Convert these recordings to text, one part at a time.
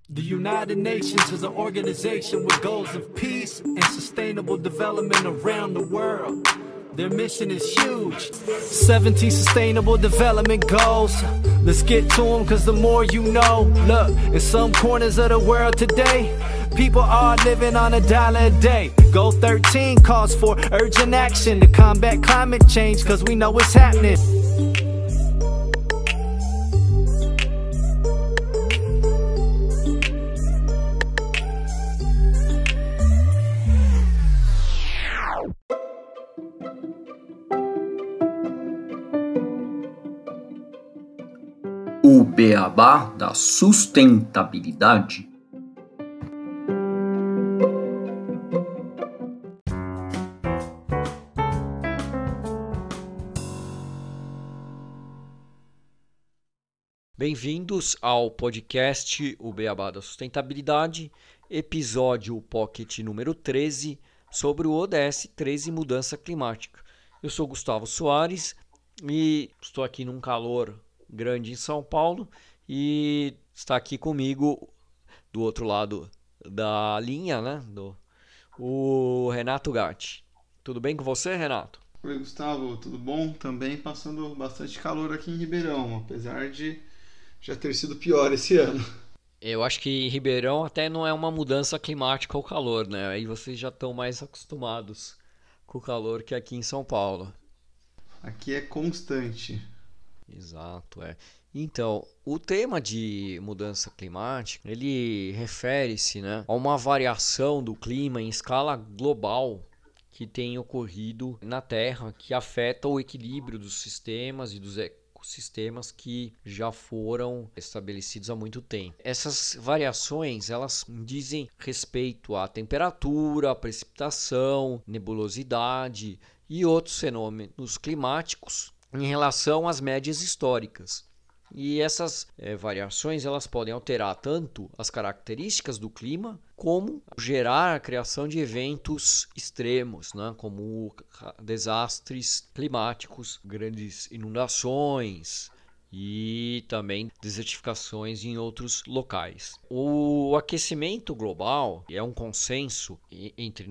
The United Nations is an organization with goals of peace and sustainable development around the world. Their mission is huge. 17 sustainable development goals. Let's get to them, cause the more you know. Look, in some corners of the world today, people are living on $1 a day. Goal 13 calls for urgent action to combat climate change, cause we know what's happening. O beabá da sustentabilidade. Bem-vindos ao podcast O Beabá da Sustentabilidade, episódio Pocket número 13, sobre o ODS 13 Mudança Climática. Eu sou Gustavo Soares e estou aqui num calor grande em São Paulo e está aqui comigo do outro lado da linha, né, o Renato Gatti. Tudo bem com você, Renato? Oi, Gustavo, tudo bom? Também passando bastante calor aqui em Ribeirão, apesar de já ter sido pior esse ano. Eu acho que em Ribeirão até não é uma mudança climática ao calor, né? Aí vocês já estão mais acostumados com o calor que aqui em São Paulo. Aqui é constante. Exato, é. Então, o tema de mudança climática, ele refere-se, né, a uma variação do clima em escala global que tem ocorrido na Terra, que afeta o equilíbrio dos sistemas e dos ecossistemas que já foram estabelecidos há muito tempo. Essas variações, elas dizem respeito à temperatura, à precipitação, nebulosidade e outros fenômenos climáticos em relação às médias históricas. E essas variações elas podem alterar tanto as características do clima, como gerar a criação de eventos extremos, né, como desastres climáticos, grandes inundações e também desertificações em outros locais. O aquecimento global é um consenso entre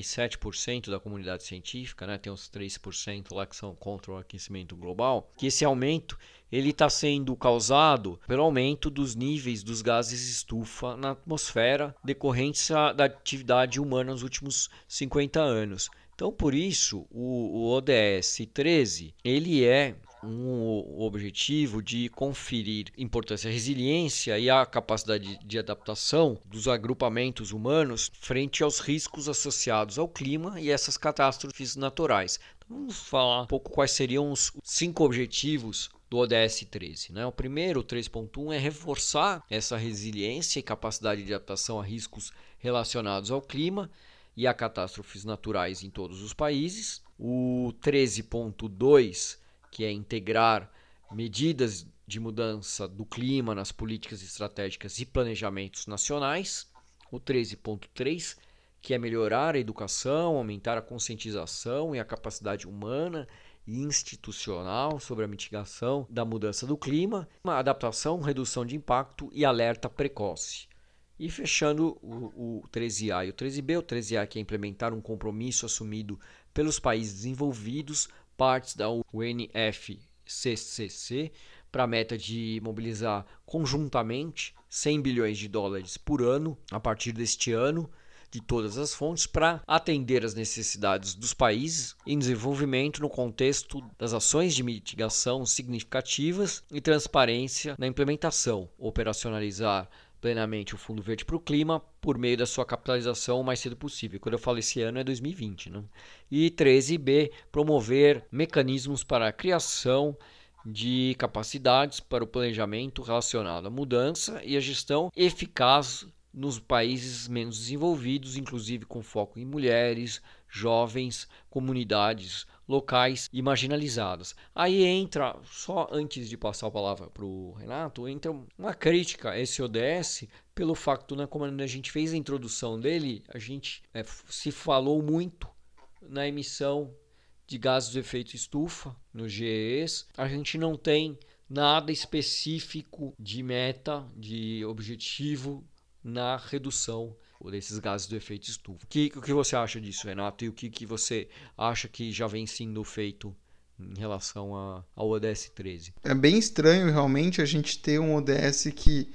97% da comunidade científica, né, tem uns 3% lá que são contra o aquecimento global, que esse aumento ele está sendo causado pelo aumento dos níveis dos gases estufa na atmosfera decorrentes da atividade humana nos últimos 50 anos. Então, por isso, o ODS 13 ele é um objetivo de conferir importância à resiliência e à capacidade de adaptação dos agrupamentos humanos frente aos riscos associados ao clima e essas catástrofes naturais. Então, vamos falar um pouco quais seriam os 5 objetivos do ODS 13. Né? O primeiro, o 3.1, é reforçar essa resiliência e capacidade de adaptação a riscos relacionados ao clima e a catástrofes naturais em todos os países. O 13.2, que é integrar medidas de mudança do clima nas políticas estratégicas e planejamentos nacionais. O 13.3, que é melhorar a educação, aumentar a conscientização e a capacidade humana e institucional sobre a mitigação da mudança do clima, adaptação, redução de impacto e alerta precoce. E fechando o 13A e o 13B, o 13A que é implementar um compromisso assumido pelos países desenvolvidos, partes da UNFCCC, para a meta de mobilizar conjuntamente 100 bilhões de dólares por ano, a partir deste ano, de todas as fontes, para atender às necessidades dos países em desenvolvimento no contexto das ações de mitigação significativas e transparência na implementação, operacionalizar plenamente o Fundo Verde para o Clima por meio da sua capitalização o mais cedo possível. Quando eu falo esse ano é 2020. Né? E 13B, promover mecanismos para a criação de capacidades para o planejamento relacionado à mudança e a gestão eficaz nos países menos desenvolvidos, inclusive com foco em mulheres, jovens, comunidades locais e marginalizadas. Aí entra, só antes de passar a palavra para o Renato, entra uma crítica a esse ODS pelo facto, né, como a gente fez a introdução dele, a gente se falou muito na emissão de gases de efeito estufa, nos GEs. A gente não tem nada específico de meta, de objetivo na redução desses gases do efeito estufa. O que você acha disso, Renato? E o que você acha que já vem sendo feito em relação ao ODS 13? É bem estranho realmente a gente ter um ODS que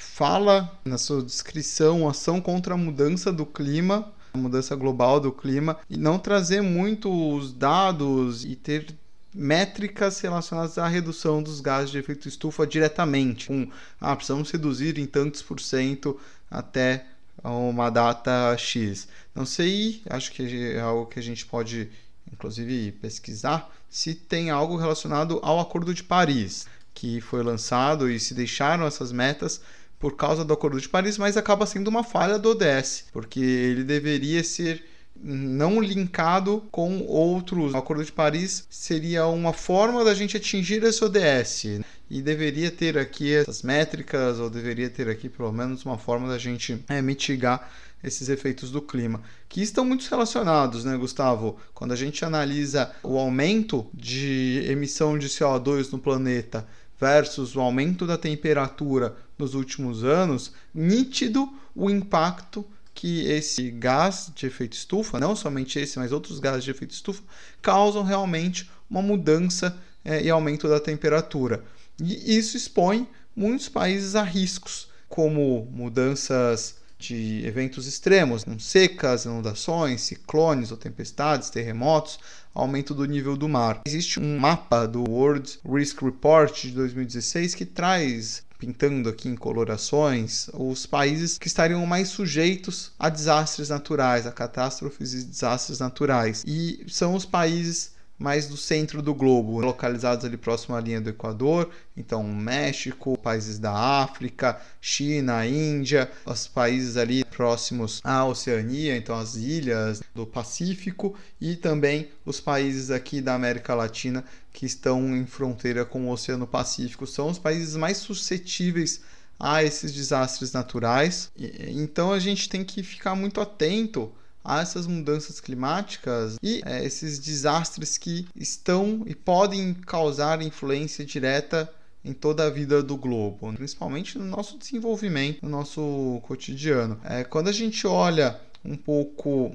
fala na sua descrição ação contra a mudança do clima, a mudança global do clima, e não trazer muitos dados e ter métricas relacionadas à redução dos gases de efeito estufa diretamente. Precisamos reduzir em tantos % até uma data X. Não sei, acho que é algo que a gente pode, inclusive, pesquisar, se tem algo relacionado ao Acordo de Paris, que foi lançado e se deixaram essas metas por causa do Acordo de Paris, mas acaba sendo uma falha do ODS, porque ele deveria ser não linkado com outros. O Acordo de Paris seria uma forma da gente atingir esse ODS, e deveria ter aqui essas métricas, ou deveria ter aqui pelo menos uma forma da gente mitigar esses efeitos do clima, que estão muito relacionados, né, Gustavo? Quando a gente analisa o aumento de emissão de CO2 no planeta versus o aumento da temperatura nos últimos anos, nítido o impacto que esse gás de efeito estufa, não somente esse, mas outros gases de efeito estufa, causam realmente uma mudança e aumento da temperatura. E isso expõe muitos países a riscos, como mudanças de eventos extremos, como secas, inundações, ciclones ou tempestades, terremotos, aumento do nível do mar. Existe um mapa do World Risk Report de 2016 que traz, pintando aqui em colorações, os países que estariam mais sujeitos a desastres naturais, a catástrofes e desastres naturais. E são os países mais do centro do globo, localizados ali próximo à linha do Equador, então México, países da África, China, Índia, os países ali próximos à Oceania, então as ilhas do Pacífico, e também os países aqui da América Latina que estão em fronteira com o Oceano Pacífico. São os países mais suscetíveis a esses desastres naturais. Então a gente tem que ficar muito atento a essas mudanças climáticas e esses desastres que estão e podem causar influência direta em toda a vida do globo, principalmente no nosso desenvolvimento, no nosso cotidiano. Quando a gente olha um pouco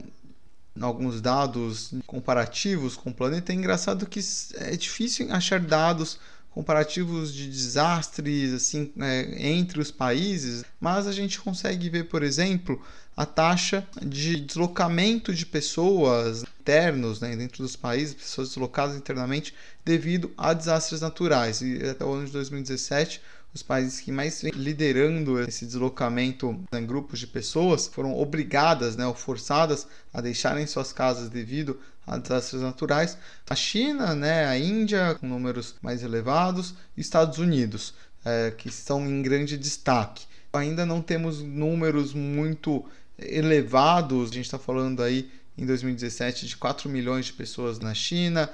alguns dados comparativos com o planeta, é engraçado que é difícil achar dados comparativos de desastres assim, entre os países, mas a gente consegue ver, por exemplo, a taxa de deslocamento de pessoas internos, dentro dos países, pessoas deslocadas internamente devido a desastres naturais. E até o ano de 2017, os países que mais vêm liderando esse deslocamento em grupos de pessoas foram obrigadas, ou forçadas a deixarem suas casas devido a desastres naturais. A China, a Índia, com números mais elevados, e Estados Unidos, que estão em grande destaque. Ainda não temos números muito elevados, a gente está falando aí em 2017 de 4 milhões de pessoas na China,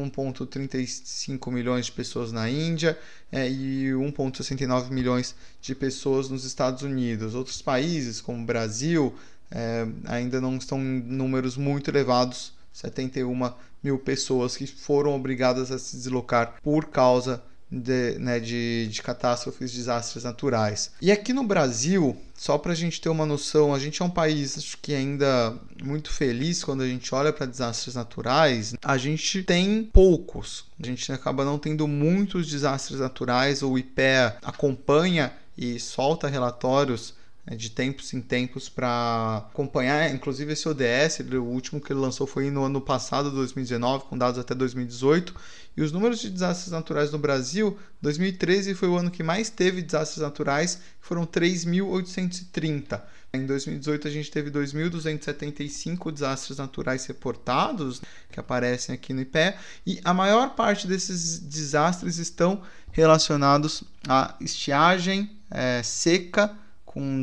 1,35 milhões de pessoas na Índia e 1,69 milhões de pessoas nos Estados Unidos. Outros países, como o Brasil, ainda não estão em números muito elevados, 71 mil pessoas que foram obrigadas a se deslocar por causa de catástrofes, desastres naturais. E aqui no Brasil, só para a gente ter uma noção, a gente é um país, acho que ainda muito feliz quando a gente olha para desastres naturais. A gente tem poucos, a gente acaba não tendo muitos desastres naturais. O IPEA acompanha e solta relatórios de tempos em tempos para acompanhar, inclusive esse ODS, o último que ele lançou foi no ano passado, 2019, com dados até 2018, e os números de desastres naturais no Brasil, 2013 foi o ano que mais teve desastres naturais, foram 3.830. Em 2018 a gente teve 2.275 desastres naturais reportados, que aparecem aqui no IPEA, e a maior parte desses desastres estão relacionados à estiagem seca, com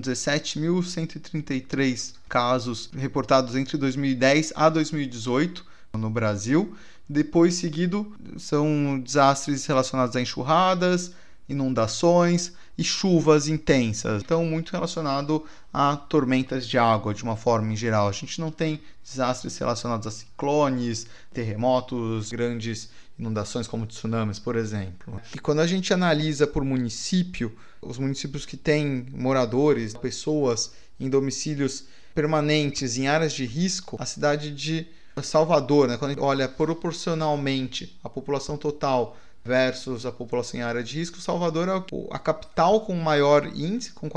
17.133 casos reportados entre 2010 a 2018 no Brasil. Depois, seguido, são desastres relacionados a enxurradas, inundações e chuvas intensas. Então, muito relacionado a tormentas de água, de uma forma em geral. A gente não tem desastres relacionados a ciclones, terremotos grandes inundações como tsunamis, por exemplo. E quando a gente analisa por município, os municípios que têm moradores, pessoas em domicílios permanentes em áreas de risco, a cidade de Salvador, né, quando a gente olha proporcionalmente a população total versus a população em área de risco, Salvador é a capital com maior índice, com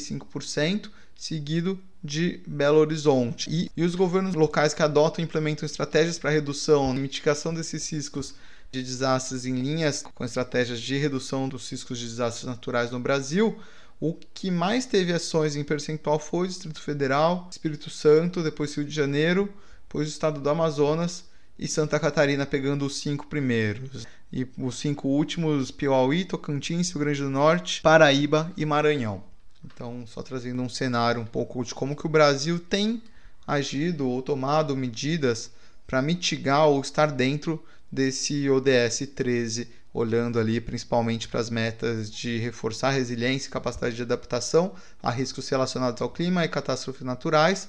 45%, seguido de Belo Horizonte. E os governos locais que adotam e implementam estratégias para redução e mitigação desses riscos de desastres em linhas com estratégias de redução dos riscos de desastres naturais no Brasil, o que mais teve ações em percentual foi o Distrito Federal, Espírito Santo, depois Rio de Janeiro, depois o estado do Amazonas e Santa Catarina, pegando os 5 primeiros. E os 5 últimos, Piauí, Tocantins, Rio Grande do Norte, Paraíba e Maranhão. Então, só trazendo um cenário um pouco de como que o Brasil tem agido ou tomado medidas para mitigar ou estar dentro desse ODS 13, olhando ali principalmente para as metas de reforçar a resiliência e capacidade de adaptação a riscos relacionados ao clima e catástrofes naturais,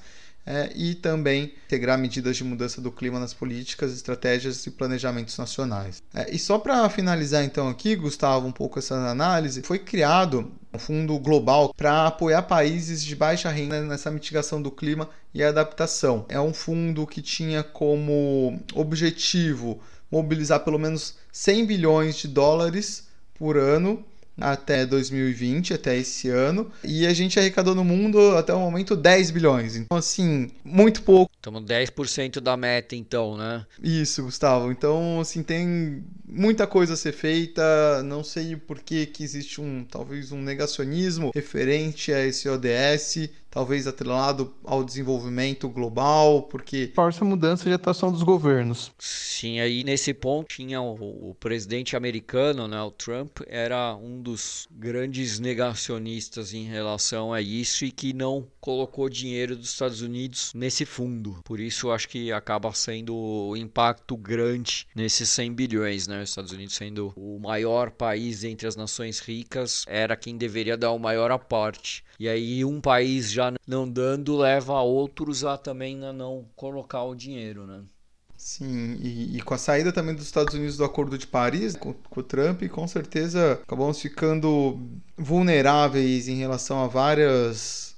e também integrar medidas de mudança do clima nas políticas, estratégias e planejamentos nacionais. E só para finalizar então aqui, Gustavo, um pouco essa análise, foi criado um fundo global para apoiar países de baixa renda nessa mitigação do clima e adaptação. É um fundo que tinha como objetivo mobilizar pelo menos 100 bilhões de dólares por ano até 2020, até esse ano, e a gente arrecadou no mundo até o momento 10 bilhões. Então, assim, muito pouco. Estamos 10% da meta, então, né? Isso, Gustavo. Então, assim, tem muita coisa a ser feita. Não sei por que existe talvez um negacionismo referente a esse ODS, talvez atrelado ao desenvolvimento global, porque força a mudança de atuação dos governos. Sim, aí nesse ponto tinha o presidente americano, né, o Trump, era um dos grandes negacionistas em relação a isso e que não colocou dinheiro dos Estados Unidos nesse fundo. Por isso, acho que acaba sendo o impacto grande nesses 100 bilhões, né? Os Estados Unidos sendo o maior país entre as nações ricas, era quem deveria dar o maior aporte. E aí um país já não dando leva outros a também não colocar o dinheiro, né? Sim, e com a saída também dos Estados Unidos do Acordo de Paris, com o Trump, com certeza acabamos ficando vulneráveis em relação a várias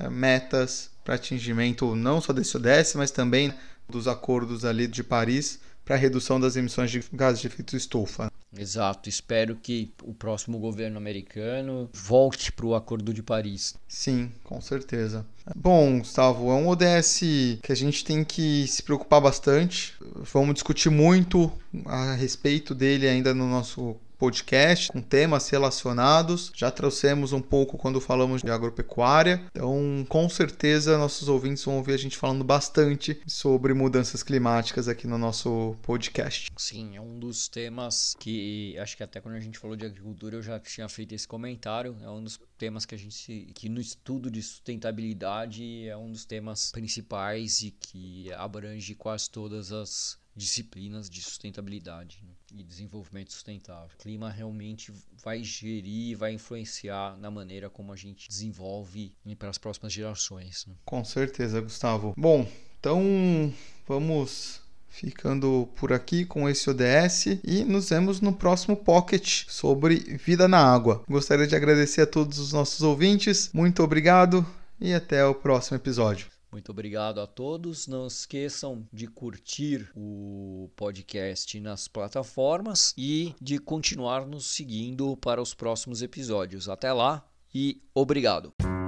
metas para atingimento não só desse ODS, mas também dos acordos ali de Paris para a redução das emissões de gases de efeito estufa. Exato, espero que o próximo governo americano volte para o Acordo de Paris. Sim, com certeza. Bom, Gustavo, é um ODS que a gente tem que se preocupar bastante. Vamos discutir muito a respeito dele ainda no nosso podcast, com temas relacionados. Já trouxemos um pouco quando falamos de agropecuária. Então, com certeza, nossos ouvintes vão ouvir a gente falando bastante sobre mudanças climáticas aqui no nosso podcast. Sim, é um dos temas que acho que até quando a gente falou de agricultura eu já tinha feito esse comentário. É um dos temas que no estudo de sustentabilidade é um dos temas principais e que abrange quase todas as disciplinas de sustentabilidade, né, e desenvolvimento sustentável. O clima realmente vai gerir, vai influenciar na maneira como a gente desenvolve para as próximas gerações, né? Com certeza, Gustavo. Bom, então vamos ficando por aqui com esse ODS e nos vemos no próximo Pocket sobre vida na água. Gostaria de agradecer a todos os nossos ouvintes. Muito obrigado e até o próximo episódio. Muito obrigado a todos. Não esqueçam de curtir o podcast nas plataformas e de continuar nos seguindo para os próximos episódios. Até lá e obrigado.